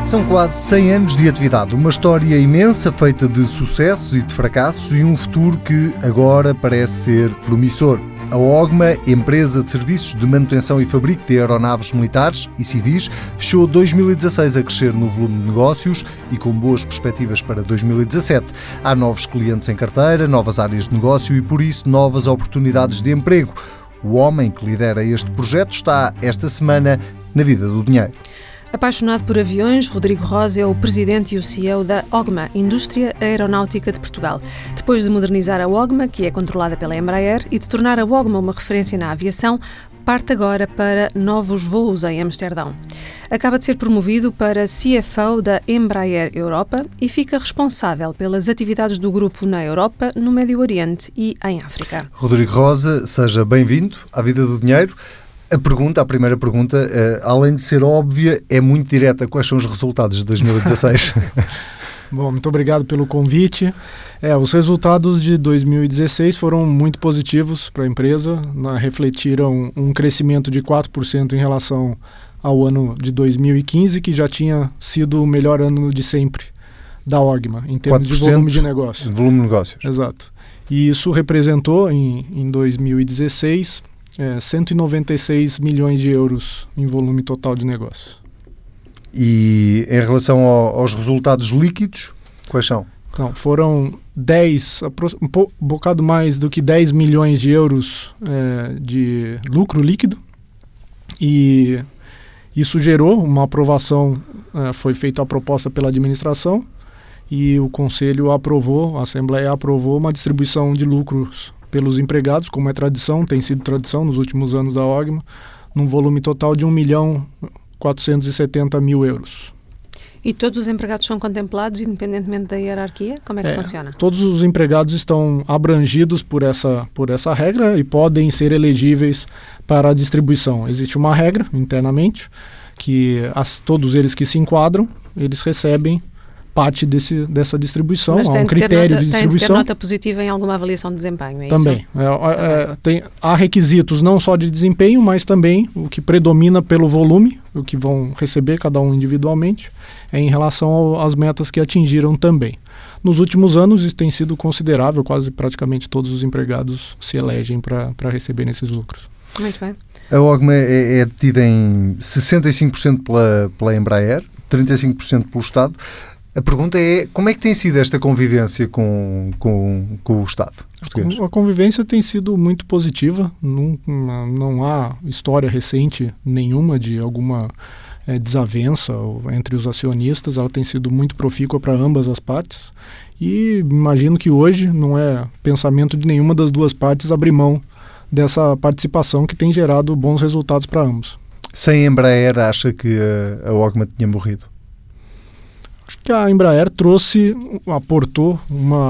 São quase 100 anos de atividade, uma história imensa feita de sucessos e de fracassos e um futuro que agora parece ser promissor. A OGMA, empresa de serviços de manutenção e fabrico de aeronaves militares e civis, fechou 2016 a crescer no volume de negócios e com boas perspectivas para 2017. Há novos clientes em carteira, novas áreas de negócio e, por isso, novas oportunidades de emprego. O homem que lidera este projeto está, esta semana, na Vida do Dinheiro. Apaixonado por aviões, Rodrigo Rosa é o presidente e o CEO da OGMA, Indústria Aeronáutica de Portugal. Depois de modernizar a OGMA, que é controlada pela Embraer, e de tornar a OGMA uma referência na aviação, parte agora para novos voos em Amsterdão. Acaba de ser promovido para CFO da Embraer Europa e fica responsável pelas atividades do grupo na Europa, no Médio Oriente e em África. Rodrigo Rosa, seja bem-vindo à Vida do Dinheiro. A primeira pergunta, além de ser óbvia, é muito direta. Quais são os resultados de 2016? Bom, muito obrigado pelo convite. Os resultados de 2016 foram muito positivos para a empresa, refletiram um crescimento de 4% em relação ao ano de 2015, que já tinha sido o melhor ano de sempre da OGMA, em termos de volume de negócio. Volume de negócios. Exato. E isso representou, em 2016... 196 milhões de euros em volume total de negócio. E em relação aos resultados líquidos, quais são? Então, foram um bocado mais do que 10 milhões de euros de lucro líquido, e isso gerou uma aprovação, foi feita a proposta pela administração e o Conselho aprovou, a Assembleia aprovou uma distribuição de lucros pelos empregados, como é tradição, tem sido tradição nos últimos anos da OGMA, num volume total de 1.470.000 euros. E todos os empregados são contemplados, independentemente da hierarquia? Como é que funciona? Todos os empregados estão abrangidos por essa regra e podem ser elegíveis para a distribuição. Existe uma regra internamente que todos eles que se enquadram, eles recebem parte dessa distribuição. Há um critério de distribuição. Tem de ter nota positiva em alguma avaliação de desempenho, é também. Isso? Há requisitos não só de desempenho, mas também o que predomina pelo volume, o que vão receber cada um individualmente, é em relação às metas que atingiram também. Nos últimos anos isso tem sido considerável, quase praticamente todos os empregados se elegem para receberem esses lucros. Muito bem. A OGMA é detida em 65% pela Embraer, 35% pelo Estado. A pergunta é, como é que tem sido esta convivência com o Estado português? A convivência tem sido muito positiva, não há história recente nenhuma de alguma desavença entre os acionistas, ela tem sido muito profícua para ambas as partes e imagino que hoje não é pensamento de nenhuma das duas partes abrir mão dessa participação que tem gerado bons resultados para ambos. Sem Embraer, acha que a OGMA tinha morrido? Acho que a Embraer aportou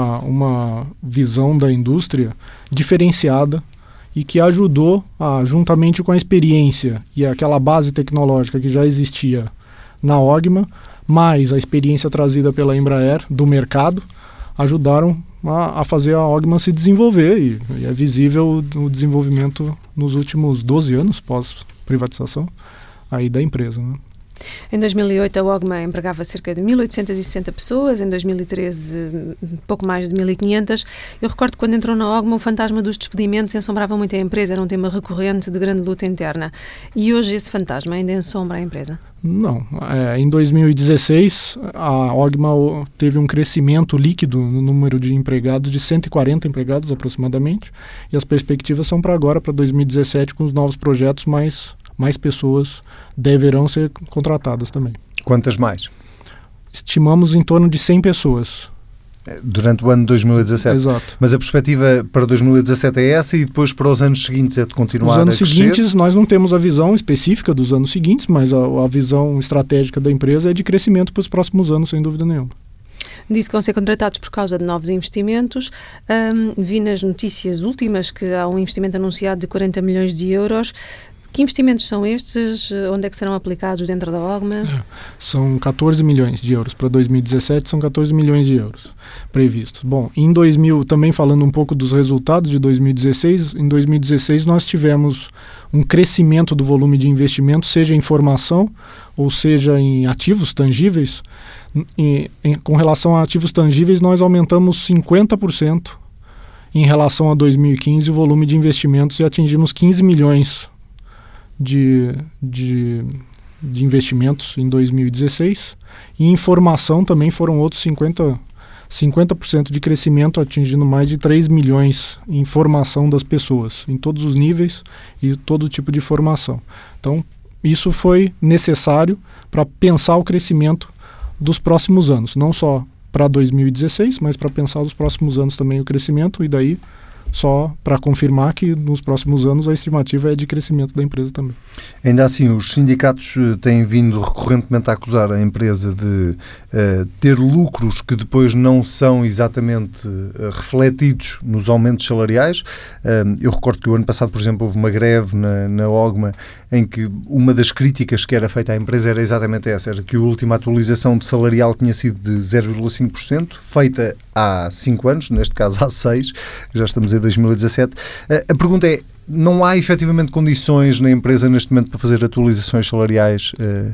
uma visão da indústria diferenciada e que ajudou, juntamente com a experiência e aquela base tecnológica que já existia na OGMA, mais a experiência trazida pela Embraer do mercado, ajudaram a fazer a OGMA se desenvolver e é visível o desenvolvimento nos últimos 12 anos pós-privatização aí da empresa, né? Em 2008 a OGMA empregava cerca de 1.860 pessoas, em 2013 pouco mais de 1.500. Eu recordo que quando entrou na OGMA o fantasma dos despedimentos ensombrava muito a empresa, era um tema recorrente de grande luta interna. E hoje esse fantasma ainda ensombra a empresa? Não. Em 2016 a OGMA teve um crescimento líquido no número de empregados de 140 empregados aproximadamente e as perspectivas são para agora, para 2017, com os novos projetos, mais pessoas deverão ser contratadas também. Quantas mais? Estimamos em torno de 100 pessoas. Durante o ano de 2017? Exato. Mas a perspectiva para 2017 é essa e depois para os anos seguintes é de continuar a crescer? Os anos seguintes nós não temos a visão específica dos anos seguintes, mas a visão estratégica da empresa é de crescimento para os próximos anos, sem dúvida nenhuma. Disse que vão ser contratados por causa de novos investimentos. Vi nas notícias últimas que há um investimento anunciado de 40 milhões de euros. Que investimentos são estes? Onde é que serão aplicados dentro da OGMA? São 14 milhões de euros. Para 2017 são 14 milhões de euros previstos. Bom, também falando um pouco dos resultados de 2016, em 2016 nós tivemos um crescimento do volume de investimento, seja em formação ou seja em ativos tangíveis. Com relação a ativos tangíveis, nós aumentamos 50% em relação a 2015 o volume de investimentos e atingimos 15 milhões de investimentos em 2016. E em formação também foram outros 50% de crescimento, atingindo mais de 3 milhões em formação das pessoas, em todos os níveis e todo tipo de formação. Então, isso foi necessário para pensar o crescimento dos próximos anos, não só para 2016, mas para pensar nos próximos anos também o crescimento, e daí só para confirmar que nos próximos anos a estimativa é de crescimento da empresa também. Ainda assim, os sindicatos têm vindo recorrentemente a acusar a empresa de ter lucros que depois não são exatamente refletidos nos aumentos salariais. Eu recordo que o ano passado, por exemplo, houve uma greve na OGMA em que uma das críticas que era feita à empresa era exatamente essa, era que a última atualização de salarial tinha sido de 0,5%, feita há 5 anos, neste caso há 6, já estamos em 2017. A pergunta é, não há efetivamente condições na empresa neste momento para fazer atualizações salariais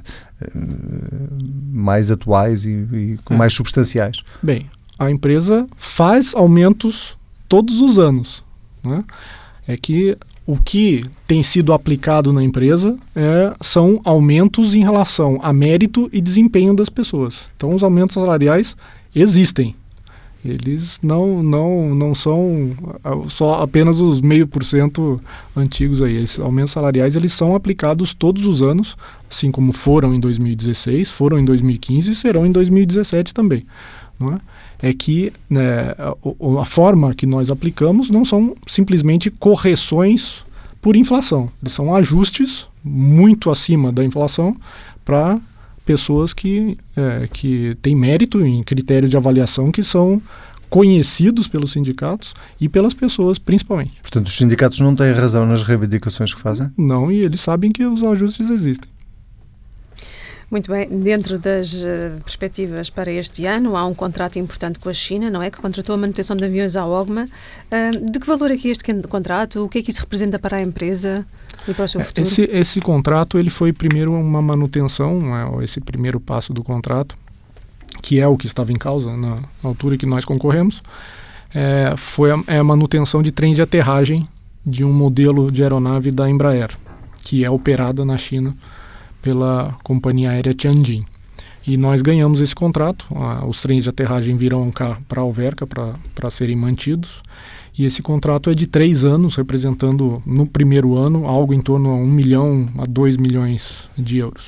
mais atuais e mais substanciais? Bem, a empresa faz aumentos todos os anos, né? É que o que tem sido aplicado na empresa são aumentos em relação a mérito e desempenho das pessoas. Então, os aumentos salariais existem. Eles não são só apenas os 0,5% antigos aí. Esses aumentos salariais eles são aplicados todos os anos, assim como foram em 2016, foram em 2015 e serão em 2017 também. Não é? É que a forma que nós aplicamos não são simplesmente correções por inflação. Eles são ajustes muito acima da inflação para pessoas que têm mérito em critérios de avaliação que são conhecidos pelos sindicatos e pelas pessoas principalmente. Portanto, os sindicatos não têm razão nas reivindicações que fazem? Não, e eles sabem que os ajustes existem. Muito bem, dentro das perspectivas para este ano, há um contrato importante com a China, não é? Que contratou a manutenção de aviões à OGMA. De que valor é que este contrato? O que é que isso representa para a empresa e para o seu futuro? Esse contrato ele foi primeiro uma manutenção, esse primeiro passo do contrato, que é o que estava em causa na altura que nós concorremos, foi a manutenção de trens de aterragem de um modelo de aeronave da Embraer, que é operada na China pela companhia aérea Tianjin. E nós ganhamos esse contrato, os trens de aterragem virão cá para a Alverca para serem mantidos, e esse contrato é de 3 anos, representando no primeiro ano algo em torno a 1 milhão a 2 milhões de euros.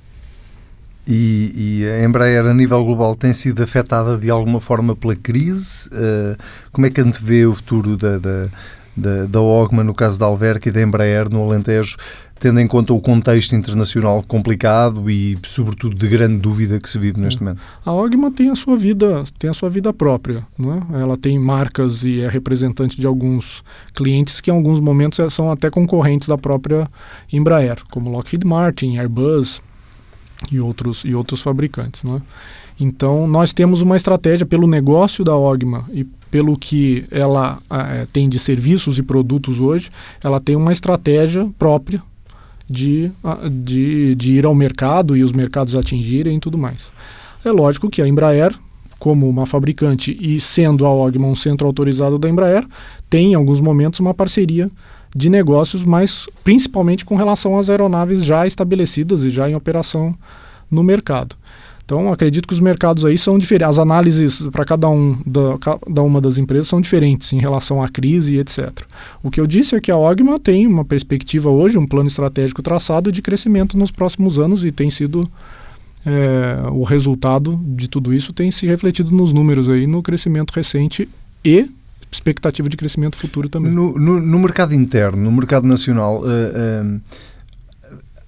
E a Embraer a nível global tem sido afetada de alguma forma pela crise? Como é que a gente vê o futuro da OGMA no caso da Alverca e da Embraer no Alentejo, tendo em conta o contexto internacional complicado e, sobretudo, de grande dúvida que se vive neste momento? A OGMA tem a sua vida própria, não é? Ela tem marcas e é representante de alguns clientes que, em alguns momentos, são até concorrentes da própria Embraer, como Lockheed Martin, Airbus e outros fabricantes, não é? Então, nós temos uma estratégia pelo negócio da OGMA e pelo que ela tem de serviços e produtos hoje, ela tem uma estratégia própria de ir ao mercado e os mercados atingirem e tudo mais. É lógico que a Embraer, como uma fabricante e sendo a OGMA um centro autorizado da Embraer, tem em alguns momentos uma parceria de negócios, mas principalmente com relação às aeronaves já estabelecidas e já em operação no mercado. Então, acredito que os mercados aí são diferentes. As análises para cada uma das empresas são diferentes em relação à crise e etc. O que eu disse é que a OGMA tem uma perspectiva hoje, um plano estratégico traçado de crescimento nos próximos anos e tem sido o resultado de tudo isso tem se refletido nos números aí, no crescimento recente e expectativa de crescimento futuro também. No mercado interno, no mercado nacional,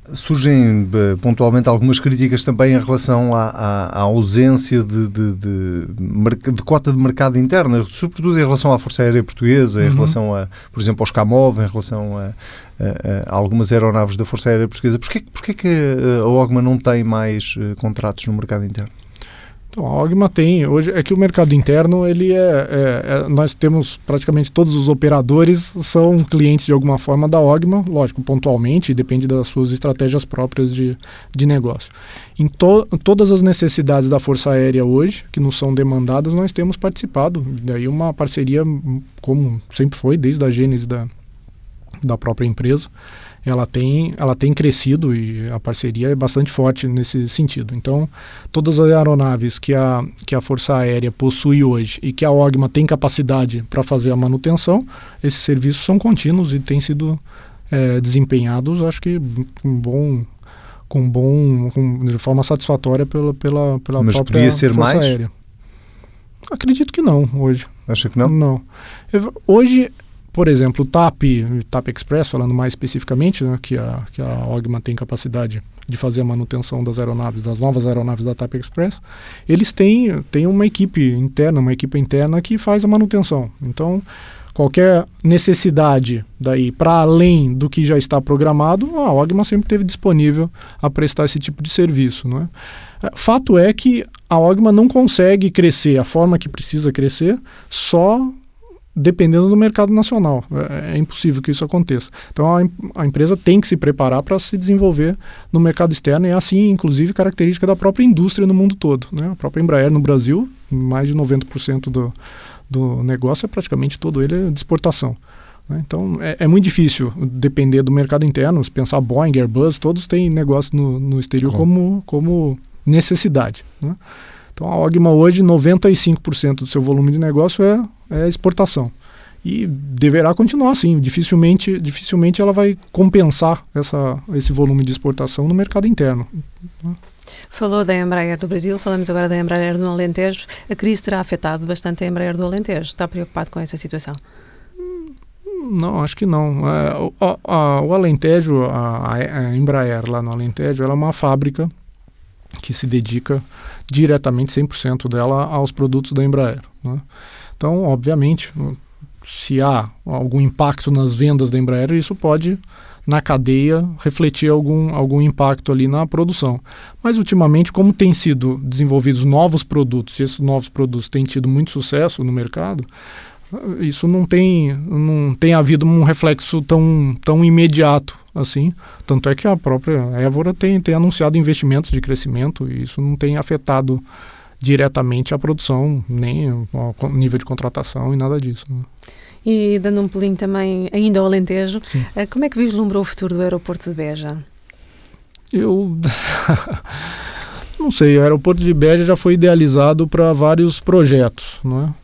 Surgem pontualmente algumas críticas também em relação à ausência de cota de mercado interna, sobretudo em relação à Força Aérea Portuguesa, em relação, por exemplo, aos Kamov, em relação a algumas aeronaves da Força Aérea Portuguesa. Porquê que a OGMA não tem mais contratos no mercado interno? Então, a OGMA tem, hoje é que o mercado interno, nós temos praticamente todos os operadores são clientes de alguma forma da OGMA, lógico, pontualmente, depende das suas estratégias próprias de negócio. Em todas as necessidades da Força Aérea hoje, que nos são demandadas, nós temos participado, daí uma parceria, como sempre foi, desde a gênese da própria empresa. Ela tem crescido e a parceria é bastante forte nesse sentido. Então, todas as aeronaves que a Força Aérea possui hoje e que a OGMA tem capacidade para fazer a manutenção, esses serviços são contínuos e têm sido desempenhados, acho que de forma satisfatória pela Mas própria podia ser Força mais? Aérea. Acredito que não, hoje. Acha que não? Não. Hoje, por exemplo, o TAP Express, falando mais especificamente, né, que a OGMA tem capacidade de fazer a manutenção das novas aeronaves da TAP Express, eles têm uma equipe interna que faz a manutenção. Então, qualquer necessidade daí para além do que já está programado, a OGMA sempre esteve disponível a prestar esse tipo de serviço, não é? Fato é que a OGMA não consegue crescer a forma que precisa crescer só dependendo do mercado nacional. É impossível que isso aconteça. Então a empresa tem que se preparar para se desenvolver no mercado externo e é assim, inclusive, característica da própria indústria no mundo todo, né? A própria Embraer no Brasil, mais de 90% do negócio é praticamente todo ele de exportação, né? Então é muito difícil depender do mercado interno. Se pensar Boeing, Airbus, todos têm negócio no exterior como necessidade, né? Então a OGMA hoje, 95% do seu volume de negócio é exportação. E deverá continuar assim. Dificilmente ela vai compensar esse volume de exportação no mercado interno. Falou da Embraer do Brasil, falamos agora da Embraer do Alentejo. A crise terá afetado bastante a Embraer do Alentejo. Está preocupado com essa situação? Não, acho que não. O Alentejo, a Embraer lá no Alentejo, ela é uma fábrica que se dedica diretamente 100% dela aos produtos da Embraer, né? Então, obviamente, se há algum impacto nas vendas da Embraer, isso pode, na cadeia, refletir algum impacto ali na produção. Mas, ultimamente, como têm sido desenvolvidos novos produtos, e esses novos produtos têm tido muito sucesso no mercado, isso não tem havido um reflexo tão imediato assim. Tanto é que a própria Évora tem anunciado investimentos de crescimento e isso não tem afetado diretamente a produção, nem o nível de contratação e nada disso, né? E dando um pulinho também ainda ao Alentejo, Sim. Como é que vislumbra o futuro do aeroporto de Beja? Eu não sei, o aeroporto de Beja já foi idealizado para vários projetos, não é?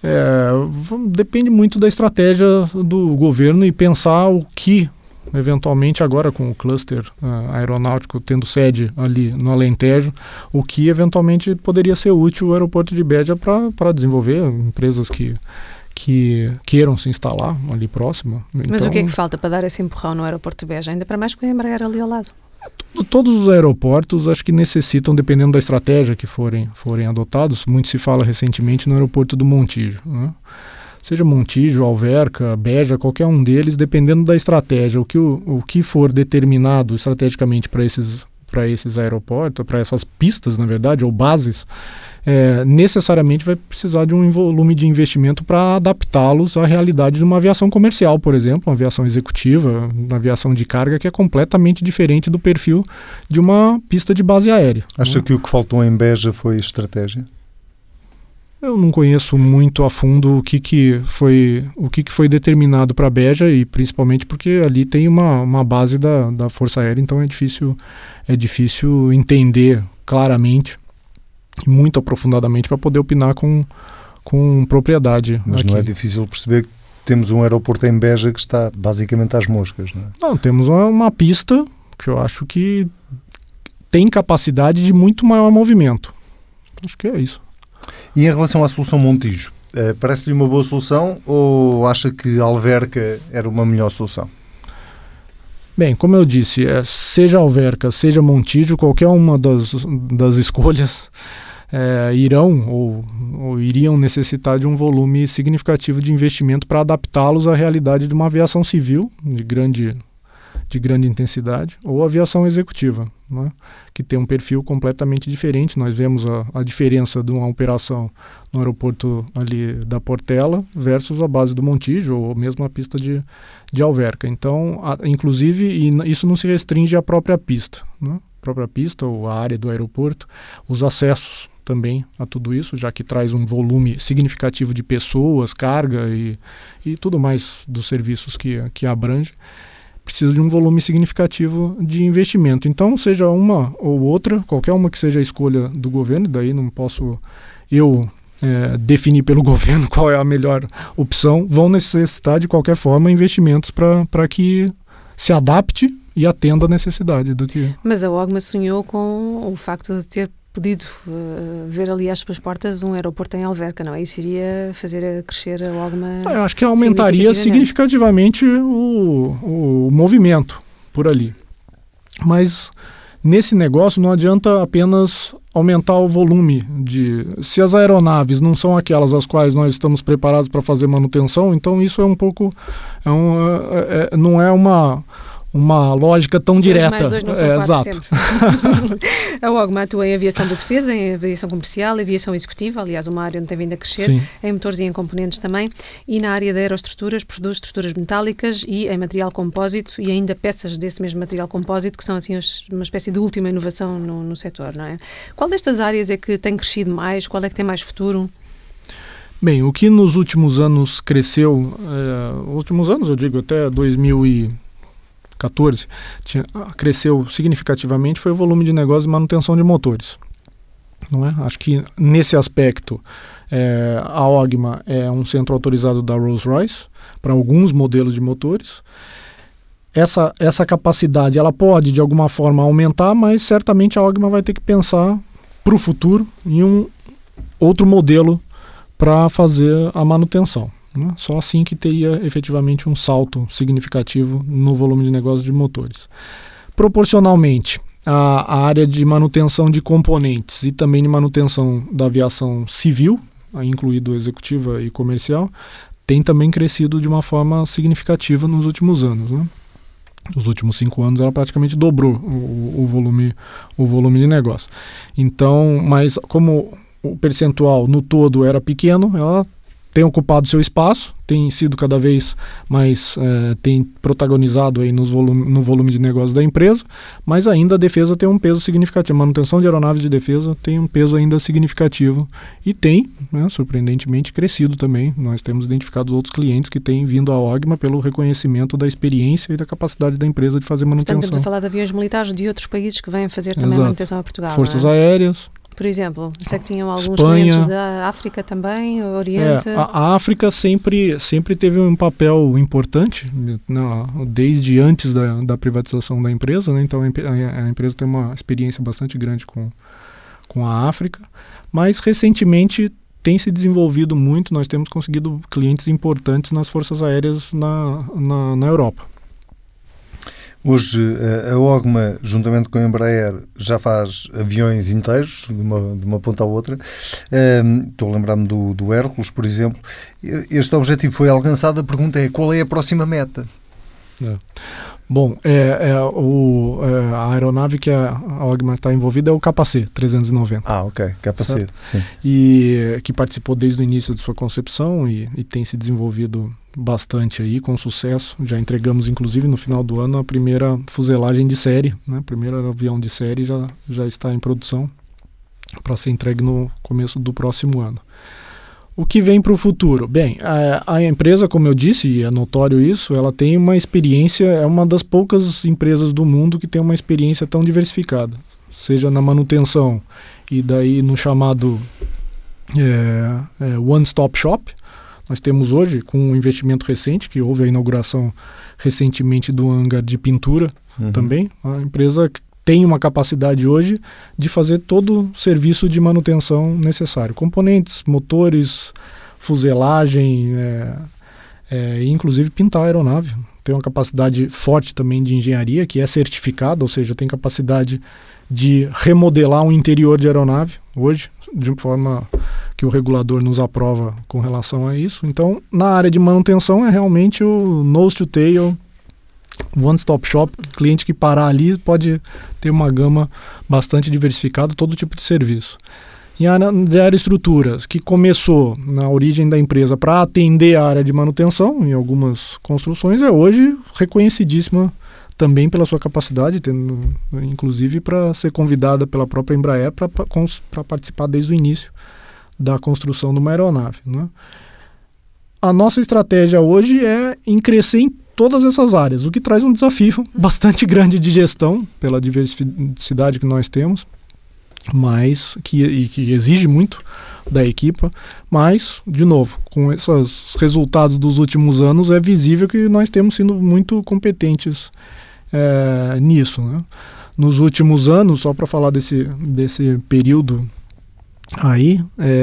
Depende muito da estratégia do governo e pensar o que, eventualmente, agora com o cluster aeronáutico tendo sede ali no Alentejo, o que eventualmente poderia ser útil o aeroporto de Beja para desenvolver empresas que queiram se instalar ali próximo. Mas o que é que falta para dar esse empurrão no aeroporto de Beja? Ainda para mais com a Embraer ali ao lado. Todos os aeroportos acho que necessitam, dependendo da estratégia que forem adotados, muito se fala recentemente no aeroporto do Montijo, né? Seja Montijo, Alverca, Beja, qualquer um deles, dependendo da estratégia, o que for determinado estrategicamente para esses aeroportos, para essas pistas, na verdade, ou bases, necessariamente vai precisar de um volume de investimento para adaptá-los à realidade de uma aviação comercial, por exemplo, uma aviação executiva, uma aviação de carga que é completamente diferente do perfil de uma pista de base aérea. Acha que o que faltou em Beja foi estratégia? Eu não conheço muito a fundo o que foi determinado para Beja, e principalmente porque ali tem uma base da Força Aérea, então é difícil entender claramente e muito aprofundadamente para poder opinar com propriedade. Mas aqui. Não é difícil perceber que temos um aeroporto em Beja que está basicamente às moscas, não é? Não, temos uma pista que eu acho que tem capacidade de muito maior movimento. Acho que é isso. E em relação à solução Montijo, parece-lhe uma boa solução ou acha que Alverca era uma melhor solução? Bem, como eu disse, seja Alverca, seja Montijo, qualquer uma das escolhas irão ou iriam necessitar de um volume significativo de investimento para adaptá-los à realidade de uma aviação civil de grande intensidade ou aviação executiva, né, que tem um perfil completamente diferente. Nós vemos a diferença de uma operação no aeroporto ali da Portela versus a base do Montijo ou mesmo a pista de Alverca. Então, inclusive, isso não se restringe à própria pista, né? A própria pista ou a área do aeroporto, os acessos também a tudo isso, já que traz um volume significativo de pessoas, carga e tudo mais dos serviços que abrange, precisa de um volume significativo de investimento. Então, seja uma ou outra, qualquer uma que seja a escolha do governo, daí não posso definir pelo governo qual é a melhor opção, vão necessitar de qualquer forma investimentos para que se adapte e atenda a necessidade do que... Mas a OGMA sonhou com o facto de ter podido ver ali às suas portas um aeroporto em Alverca, não é? Isso iria fazer crescer a OGMA? Eu acho que aumentaria significativamente o movimento por ali. Mas nesse negócio não adianta apenas aumentar o volume se as aeronaves não são aquelas às quais nós estamos preparados para fazer manutenção, então isso é um pouco... não é uma lógica tão direta. 2 mais 2 não são 4 exato. Sempre. A OGMA atua em aviação de defesa, em aviação comercial, aviação executiva, aliás uma área onde tem vindo a crescer, sim, em motores e em componentes também, e na área de aeroestruturas produz estruturas metálicas e em material compósito e ainda peças desse mesmo material compósito que são assim uma espécie de última inovação no setor, não é? Qual destas áreas é que tem crescido mais? Qual é que tem mais futuro? Bem, o que nos últimos anos cresceu, últimos anos eu digo até 2014, cresceu significativamente foi o volume de negócio de manutenção de motores. Não é? Acho que nesse aspecto a OGMA é um centro autorizado da Rolls-Royce para alguns modelos de motores. Essa capacidade ela pode de alguma forma aumentar, mas certamente a OGMA vai ter que pensar para o futuro em um outro modelo para fazer a manutenção. Né? Só assim que teria efetivamente um salto significativo no volume de negócios de motores. Proporcionalmente, a área de manutenção de componentes e também de manutenção da aviação civil, incluído executiva e comercial, tem também crescido de uma forma significativa nos últimos anos. Né? Nos últimos 5 anos ela praticamente dobrou o volume de negócio. Então, mas como o percentual no todo era pequeno, ela tem ocupado seu espaço, tem sido cada vez mais, tem protagonizado aí no volume de negócio da empresa, mas ainda a defesa tem um peso significativo. A manutenção de aeronaves de defesa tem um peso ainda significativo e tem, né, surpreendentemente, crescido também. Nós temos identificado outros clientes que têm vindo à OGMA pelo reconhecimento da experiência e da capacidade da empresa de fazer manutenção. Portanto, estamos a falar de aviões militares de outros países que vêm fazer também Exato. Manutenção a Portugal. Forças aéreas. Por exempo, sei que tinham alguns Espanha, clientes da África também, Oriente. A África sempre teve um papel importante, desde antes da privatização da empresa, né? Então a empresa tem uma experiência bastante grande com a África, mas recentemente tem se desenvolvido muito, nós temos conseguido clientes importantes nas forças aéreas na Europa. Hoje a OGMA, juntamente com a Embraer, já faz aviões inteiros, de uma ponta à outra. Estou a lembrar-me do Hércules, por exemplo. Este objetivo foi alcançado. A pergunta é: qual é a próxima meta? Bom, a aeronave que a OGMA está envolvida é o KC 390. Ah, ok, KC. Sim. E que participou desde o início de sua concepção e tem se desenvolvido bastante aí, com sucesso. Já entregamos, inclusive, no final do ano, a primeira fuselagem de série, né? O primeiro avião de série já está em produção para ser entregue no começo do próximo ano. O que vem para o futuro? Bem, a empresa, como eu disse, e é notório isso, ela tem uma experiência, é uma das poucas empresas do mundo que tem uma experiência tão diversificada, seja na manutenção e daí no chamado one-stop shop. Nós temos hoje, com um investimento recente, que houve a inauguração recentemente do hangar de pintura também, a empresa tem uma capacidade hoje de fazer todo o serviço de manutenção necessário. Componentes, motores, fuselagem, inclusive pintar a aeronave. tem uma capacidade forte também de engenharia, que é certificada, ou seja, tem capacidade de remodelar um interior de aeronave hoje, de forma que o regulador nos aprova com relação a isso. Então, na área de manutenção é realmente o nose to tail, one-stop shop. O cliente que parar ali pode ter uma gama bastante diversificada, todo tipo de serviço. E a área de aeroestruturas, que começou na origem da empresa para atender a área de manutenção em algumas construções, é hoje reconhecidíssima também pela sua capacidade, tendo, inclusive para ser convidada pela própria Embraer para participar desde o início da construção de uma aeronave, né? A nossa estratégia hoje é em crescer em todas essas áreas, o que traz um desafio bastante grande de gestão pela diversidade que nós temos, mas que exige muito da equipa, mas, de novo, com esses resultados dos últimos anos, é visível que nós temos sido muito competentes nisso, né? Nos últimos anos, só para falar desse período aí,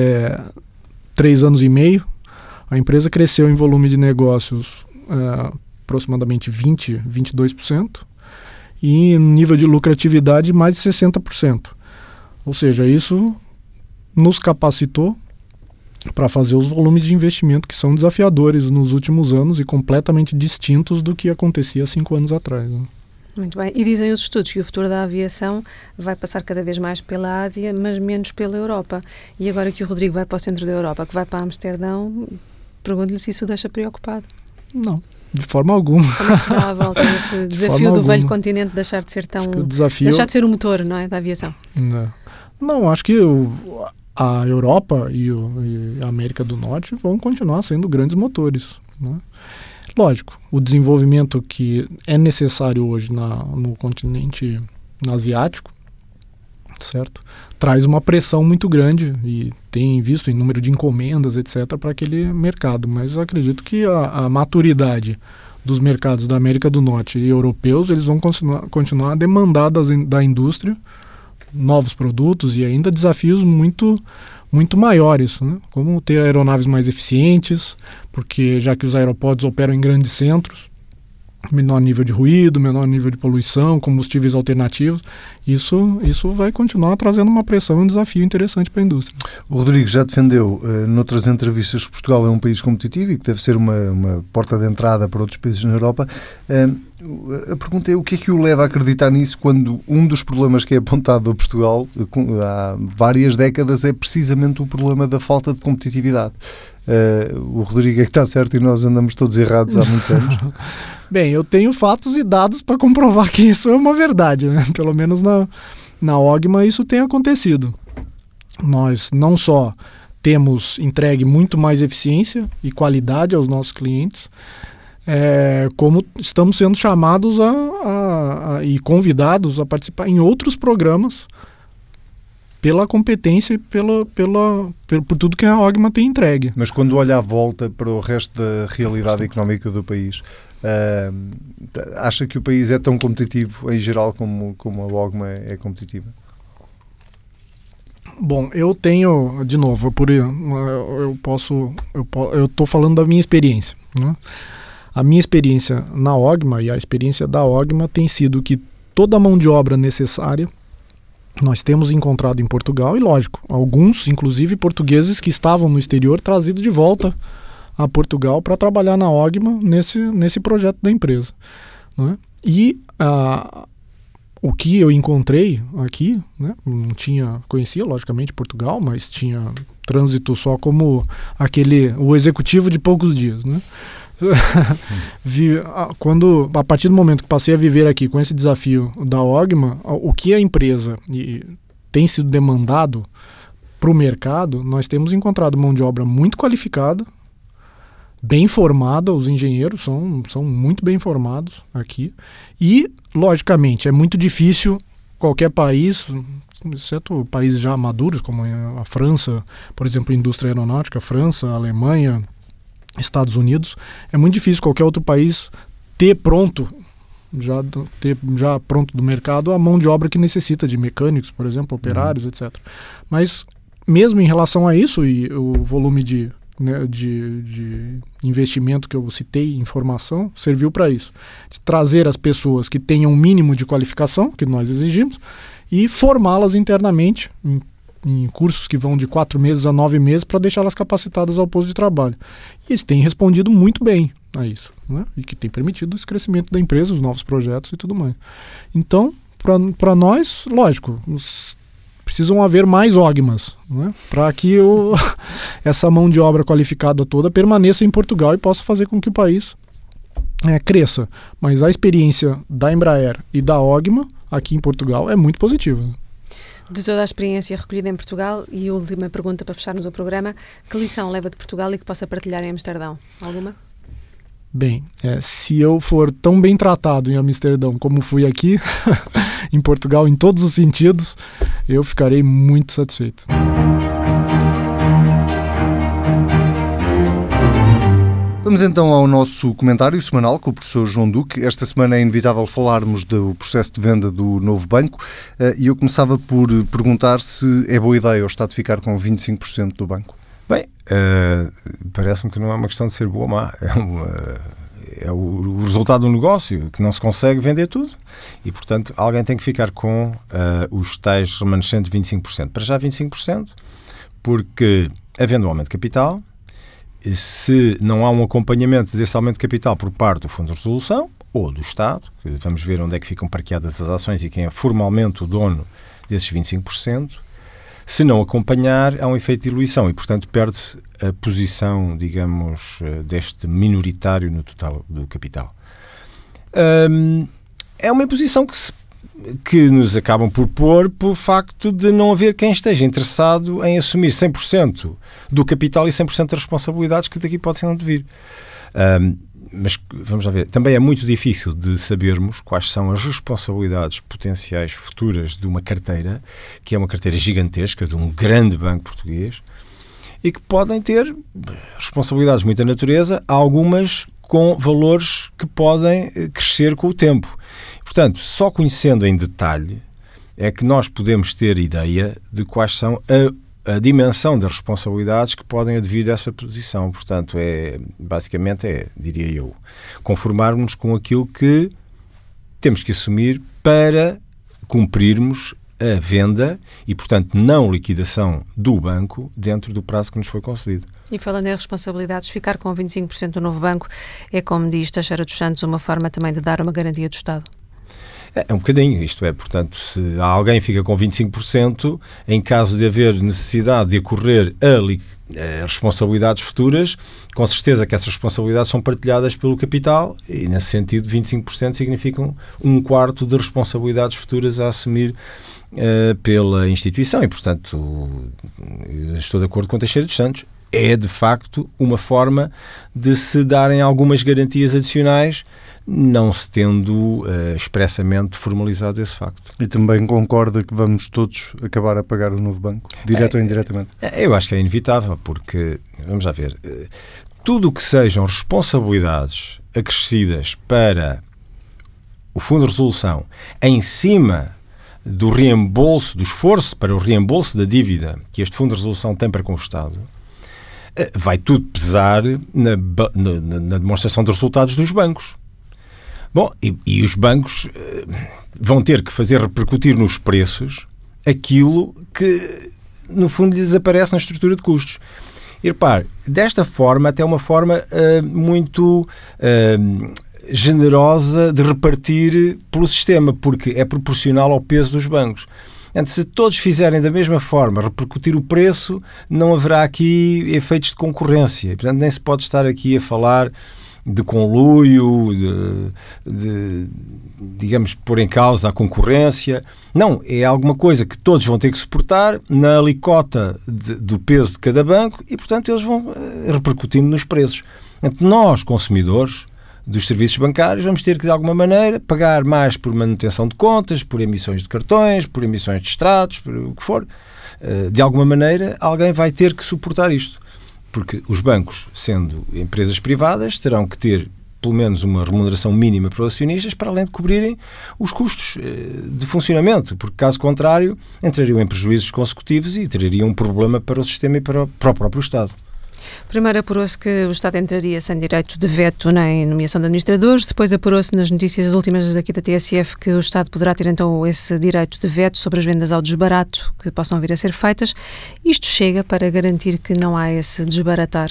3 anos e meio, a empresa cresceu em volume de negócios aproximadamente 22% e em nível de lucratividade mais de 60%. Ou seja, isso nos capacitou para fazer os volumes de investimento que são desafiadores nos últimos anos e completamente distintos do que acontecia 5 anos atrás, né? Muito bem. E dizem os estudos que o futuro da aviação vai passar cada vez mais pela Ásia, mas menos pela Europa. E agora que o Rodrigo vai para o centro da Europa, que vai para Amsterdão, pergunto-lhe se isso o deixa preocupado. Não, de forma alguma. Como é que se dá a volta a este desafio do velho continente deixar de ser tão... deixar de ser o motor, não é, da aviação? Não, acho que a Europa e a América do Norte vão continuar sendo grandes motores, né? Lógico, o desenvolvimento que é necessário hoje no continente asiático, certo? Traz uma pressão muito grande e tem visto em número de encomendas, etc., para aquele mercado. Mas eu acredito que a maturidade dos mercados da América do Norte e europeus, eles vão continuar a demandar da indústria novos produtos e ainda desafios muito maiores, né? Como ter aeronaves mais eficientes, porque já que os aeroportos operam em grandes centros, menor nível de ruído, menor nível de poluição, combustíveis alternativos, isso vai continuar trazendo uma pressão e um desafio interessante para a indústria. O Rodrigo já defendeu noutras entrevistas que Portugal é um país competitivo e que deve ser uma porta de entrada para outros países na Europa. A pergunta é o que é que o leva a acreditar nisso quando um dos problemas que é apontado a Portugal há várias décadas é precisamente o problema da falta de competitividade. O Rodrigo é que está certo e nós andamos todos errados há muitos anos. Bem, eu tenho fatos e dados para comprovar que isso é uma verdade, né? Pelo menos na OGMA isso tem acontecido. Nós não só temos entregue muito mais eficiência e qualidade aos nossos clientes, como estamos sendo chamados e convidados a participar em outros programas pela competência e por tudo que a OGMA tem entregue. Mas quando olha à volta para o resto da realidade económica do país, acha que o país é tão competitivo em geral como a OGMA é competitiva? Bom, eu tenho, de novo, eu estou falando da minha experiência, né? A minha experiência na OGMA e a experiência da OGMA tem sido que toda a mão de obra necessária nós temos encontrado em Portugal e, lógico, alguns, inclusive portugueses que estavam no exterior, trazidos de volta a Portugal para trabalhar na OGMA nesse projeto da empresa, né? E o que eu encontrei aqui, né, conhecia logicamente Portugal, mas tinha trânsito só como o executivo de poucos dias, né? A partir do momento que passei a viver aqui com esse desafio da OGMA, o que a empresa tem sido demandado para o mercado, nós temos encontrado mão de obra muito qualificada, bem formada, os engenheiros são muito bem formados aqui e, logicamente, é muito difícil qualquer país, exceto países já maduros como a França, por exemplo, indústria aeronáutica, França, Alemanha, Estados Unidos, é muito difícil qualquer outro país ter já pronto do mercado a mão de obra que necessita de mecânicos, por exemplo, operários, etc. Mas mesmo em relação a isso e o volume de né, de investimento que eu citei, informação, serviu para isso. De trazer as pessoas que tenham um mínimo de qualificação, que nós exigimos, e formá-las internamente em cursos que vão de 4 meses a 9 meses para deixá-las capacitadas ao posto de trabalho. E eles têm respondido muito bem a isso, né? E que tem permitido esse crescimento da empresa, os novos projetos e tudo mais. Então, para nós, lógico, precisam haver mais OGMAs, né? Para que essa mão de obra qualificada toda permaneça em Portugal e possa fazer com que o país cresça. Mas a experiência da Embraer e da OGMA aqui em Portugal é muito positiva. De toda a experiência recolhida em Portugal, e última pergunta para fecharmos o programa, que lição leva de Portugal e que possa partilhar em Amsterdão? Alguma? Bem, se eu for tão bem tratado em Amsterdão como fui aqui, em Portugal, em todos os sentidos, eu ficarei muito satisfeito. Vamos então ao nosso comentário semanal com o professor João Duque. Esta semana é inevitável falarmos do processo de venda do novo banco e eu começava por perguntar se é boa ideia o Estado ficar com 25% do banco. Bem, parece-me que não é uma questão de ser boa ou má. É o resultado do negócio, que não se consegue vender tudo e, portanto, alguém tem que ficar com os tais remanescentes de 25%. Para já 25%, porque havendo um aumento de capital, se não há um acompanhamento desse aumento de capital por parte do Fundo de Resolução ou do Estado, que vamos ver onde é que ficam parqueadas as ações e quem é formalmente o dono desses 25%, se não acompanhar, há um efeito de diluição e, portanto, perde-se a posição, digamos, deste minoritário no total do capital. É uma imposição que nos acabam por pôr por facto de não haver quem esteja interessado em assumir 100% do capital e 100% das responsabilidades que daqui podem vir. Mas vamos lá ver, também é muito difícil de sabermos quais são as responsabilidades potenciais futuras de uma carteira, que é uma carteira gigantesca, de um grande banco português, e que podem ter responsabilidades de muita natureza, algumas com valores que podem crescer com o tempo. Portanto, só conhecendo em detalhe é que nós podemos ter ideia de quais são a dimensão das responsabilidades que podem advir dessa posição. Portanto, basicamente diria eu, conformarmos-nos com aquilo que temos que assumir para cumprirmos a venda e, portanto, não liquidação do banco dentro do prazo que nos foi concedido. E falando em responsabilidades, ficar com 25% do novo banco é, como diz Teixeira dos Santos, uma forma também de dar uma garantia do Estado? É um bocadinho, isto é, portanto, se alguém fica com 25%, em caso de haver necessidade de ocorrer responsabilidades futuras, com certeza que essas responsabilidades são partilhadas pelo capital e, nesse sentido, 25% significam 1/4 de responsabilidades futuras a assumir pela instituição e, portanto, estou de acordo com o Teixeira dos Santos. É, de facto, uma forma de se darem algumas garantias adicionais, não se tendo expressamente formalizado esse facto. E também concorda que vamos todos acabar a pagar o novo banco, direto ou indiretamente? Eu acho que é inevitável, porque, vamos lá ver, tudo o que sejam responsabilidades acrescidas para o Fundo de Resolução em cima do reembolso, do esforço para o reembolso da dívida que este Fundo de Resolução tem para com o Estado, vai tudo pesar na demonstração dos resultados dos bancos. Bom, e os bancos vão ter que fazer repercutir nos preços aquilo que, no fundo, lhes aparece na estrutura de custos. E repare, desta forma, até uma forma muito generosa de repartir pelo sistema, porque é proporcional ao peso dos bancos. Portanto, se todos fizerem da mesma forma repercutir o preço, não haverá aqui efeitos de concorrência. Portanto, nem se pode estar aqui a falar de conluio, digamos, pôr em causa a concorrência. Não, é alguma coisa que todos vão ter que suportar na alicota do peso de cada banco e, portanto, eles vão repercutindo nos preços. Portanto, nós, consumidores dos serviços bancários, vamos ter que, de alguma maneira, pagar mais por manutenção de contas, por emissões de cartões, por emissões de extratos, por o que for. De alguma maneira, alguém vai ter que suportar isto. Porque os bancos, sendo empresas privadas, terão que ter pelo menos uma remuneração mínima para os acionistas, para além de cobrirem os custos de funcionamento, porque caso contrário entrariam em prejuízos consecutivos e trariam um problema para o sistema e para o próprio Estado. Primeiro apurou-se que o Estado entraria sem direito de veto nem nomeação de administradores, depois apurou-se nas notícias últimas aqui da TSF que o Estado poderá ter então esse direito de veto sobre as vendas ao desbarato que possam vir a ser feitas. Isto chega para garantir que não há esse desbaratar?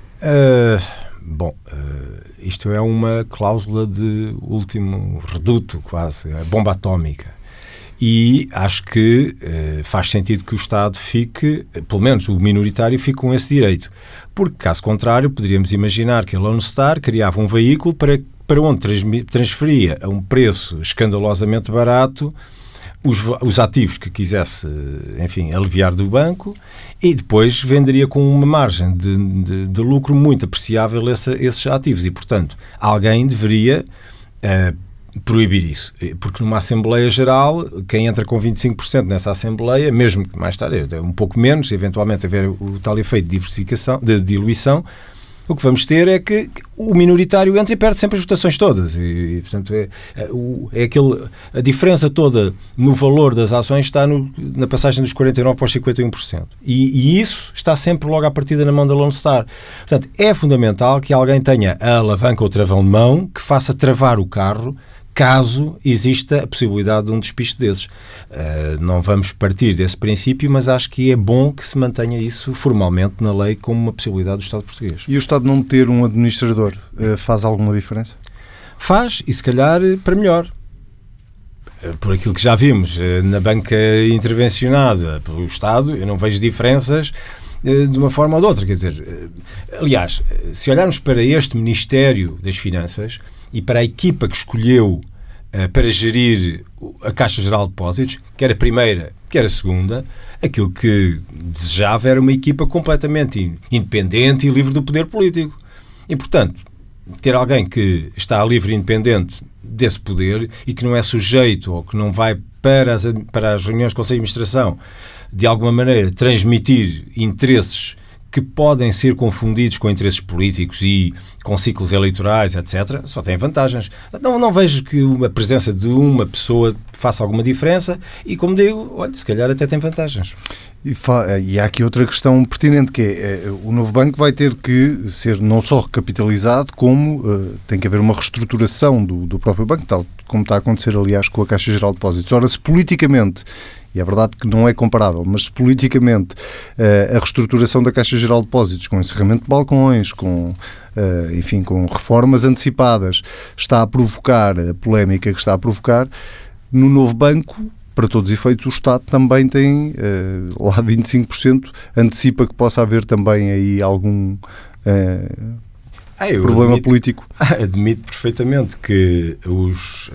Isto é uma cláusula de último reduto, quase, a bomba atómica. E acho que faz sentido que o Estado fique, pelo menos o minoritário, fique com esse direito. Porque, caso contrário, poderíamos imaginar que a Lone Star criava um veículo para onde transferia a um preço escandalosamente barato os ativos que quisesse, enfim, aliviar do banco e depois venderia com uma margem de lucro muito apreciável esses ativos. E, portanto, alguém deveria proibir isso, porque numa Assembleia Geral, quem entra com 25% nessa Assembleia, mesmo que mais tarde um pouco menos, eventualmente haver o tal efeito de diluição, o que vamos ter é que o minoritário entra e perde sempre as votações todas e portanto, a diferença toda no valor das ações está na passagem dos 49% para os 51%. E isso está sempre logo à partida na mão da Lone Star. Portanto, é fundamental que alguém tenha a alavanca ou travão de mão que faça travar o carro caso exista a possibilidade de um despiste desses. Não vamos partir desse princípio, mas acho que é bom que se mantenha isso formalmente na lei como uma possibilidade do Estado português. E o Estado não ter um administrador faz alguma diferença? Faz, e se calhar para melhor. Por aquilo que já vimos na banca intervencionada pelo Estado, eu não vejo diferenças de uma forma ou de outra. Quer dizer, aliás, se olharmos para este Ministério das Finanças e para a equipa que escolheu para gerir a Caixa Geral de Depósitos, quer a primeira, quer a segunda, aquilo que desejava era uma equipa completamente independente e livre do poder político. E, portanto, ter alguém que está livre e independente desse poder e que não é sujeito ou que não vai para as reuniões do Conselho de Administração de alguma maneira transmitir interesses que podem ser confundidos com interesses políticos e com ciclos eleitorais, etc., só tem vantagens. Não vejo que a presença de uma pessoa faça alguma diferença e, como digo, olha, se calhar até tem vantagens. E há aqui outra questão pertinente, que é o novo banco vai ter que ser não só recapitalizado, como tem que haver uma reestruturação do próprio banco, tal como está a acontecer, aliás, com a Caixa Geral de Depósitos. Ora, se politicamente, e é verdade que não é comparável, mas se politicamente a reestruturação da Caixa Geral de Depósitos, com encerramento de balcões, com reformas antecipadas, está a provocar a polémica que está a provocar, no novo banco, para todos os efeitos, o Estado também tem lá 25%, antecipa que possa haver também aí algum problema político. Admito perfeitamente que os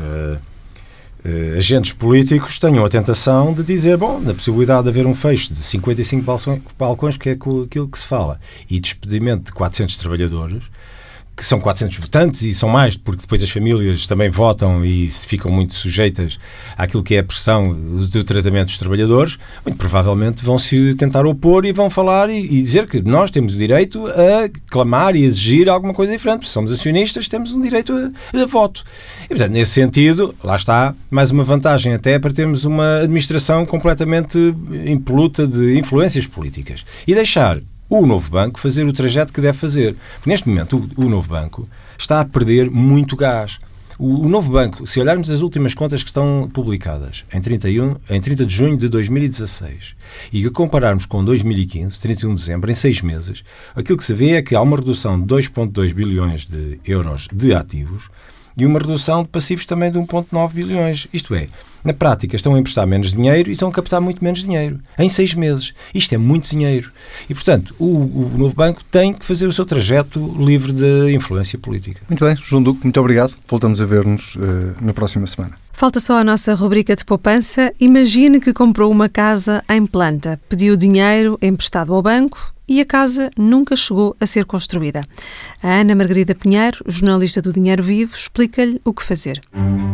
agentes políticos tenham a tentação de dizer, na possibilidade de haver um fecho de 55 balcões, que é aquilo que se fala, e despedimento de 400 trabalhadores, que são 400 votantes e são mais, porque depois as famílias também votam e ficam muito sujeitas àquilo que é a pressão do tratamento dos trabalhadores, muito provavelmente vão se tentar opor e vão falar e dizer que nós temos o direito a clamar e exigir alguma coisa diferente, porque somos acionistas, temos um direito a voto. E, portanto, nesse sentido, lá está mais uma vantagem até para termos uma administração completamente impoluta de influências políticas e deixar o novo banco fazer o trajeto que deve fazer. Porque neste momento o novo banco está a perder muito gás. O novo banco, se olharmos as últimas contas que estão publicadas em 30 de junho de 2016 e que compararmos com 2015, 31 de dezembro, em 6 meses, aquilo que se vê é que há uma redução de 2,2 bilhões de euros de ativos e uma redução de passivos também de 1,9 bilhões. Isto é, na prática estão a emprestar menos dinheiro e estão a captar muito menos dinheiro. Em 6 meses. Isto é muito dinheiro. E, portanto, o novo banco tem que fazer o seu trajeto livre de influência política. Muito bem, João Duque, muito obrigado. Voltamos a ver-nos na próxima semana. Falta só a nossa rubrica de poupança. Imagine que comprou uma casa em planta, pediu dinheiro emprestado ao banco e a casa nunca chegou a ser construída. A Ana Margarida Pinheiro, jornalista do Dinheiro Vivo, explica-lhe o que fazer.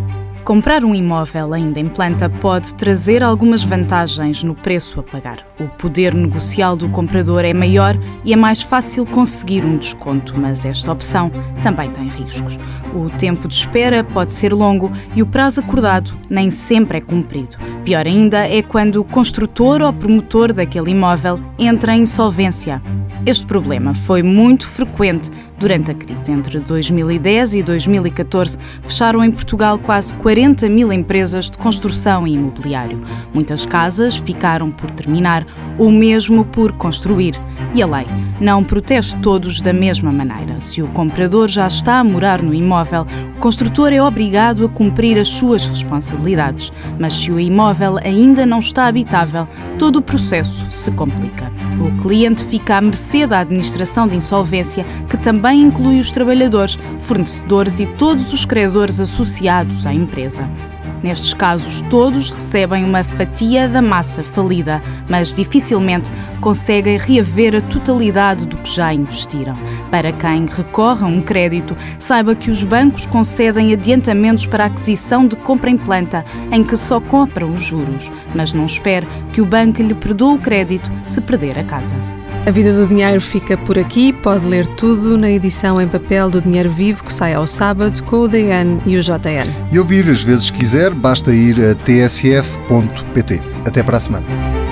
Comprar um imóvel ainda em planta pode trazer algumas vantagens no preço a pagar. O poder negocial do comprador é maior e é mais fácil conseguir um desconto, mas esta opção também tem riscos. O tempo de espera pode ser longo e o prazo acordado nem sempre é cumprido. Pior ainda é quando o construtor ou promotor daquele imóvel entra em insolvência. Este problema foi muito frequente durante a crise. Entre 2010 e 2014, fecharam em Portugal quase 40 mil empresas de construção e imobiliário. Muitas casas ficaram por terminar ou mesmo por construir. E a lei não protege todos da mesma maneira. Se o comprador já está a morar no imóvel, o construtor é obrigado a cumprir as suas responsabilidades. Mas se o imóvel ainda não está habitável, todo o processo se complica. O cliente fica à mercê da administração de insolvência, que também inclui os trabalhadores, fornecedores e todos os credores associados à empresa. Nestes casos, todos recebem uma fatia da massa falida, mas dificilmente conseguem reaver a totalidade do que já investiram. Para quem recorre a um crédito, saiba que os bancos concedem adiantamentos para a aquisição de compra em planta, em que só compram os juros, mas não espere que o banco lhe perdoe o crédito se perder a casa. A Vida do Dinheiro fica por aqui. Pode ler tudo na edição em papel do Dinheiro Vivo, que sai ao sábado, com o DN e o JN. E ouvir as vezes que quiser, basta ir a tsf.pt. Até para a semana.